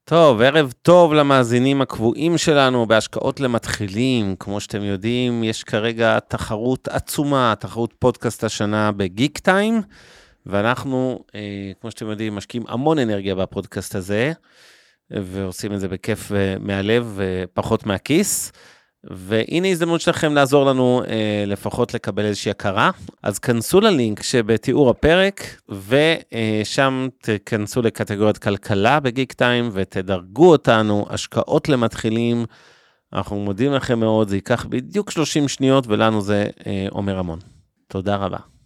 טוב, ערב טוב למאזינים הקבועים שלנו בהשקעות למתחילים. כמו שאתם יודעים, יש כרגע תחרות עצומה, תחרות פודקאסט השנה בגיק טיים, ואנחנו, כמו שאתם יודעים, משקיעים המון אנרגיה בפודקאסט הזה, ועושים את זה בכיף מהלב ופחות מהכיס. והנה הזדמנות שלכם לעזור לנו לפחות לקבל איזושהי הכרה. אז כנסו ללינק שבתיאור הפרק, ושם תכנסו לקטגוריית כלכלה בגיק טיים, ותדרגו אותנו, השקעות למתחילים. אנחנו מודים לכם מאוד, זה ייקח בדיוק 30 שניות, ולנו זה אומר המון. תודה רבה.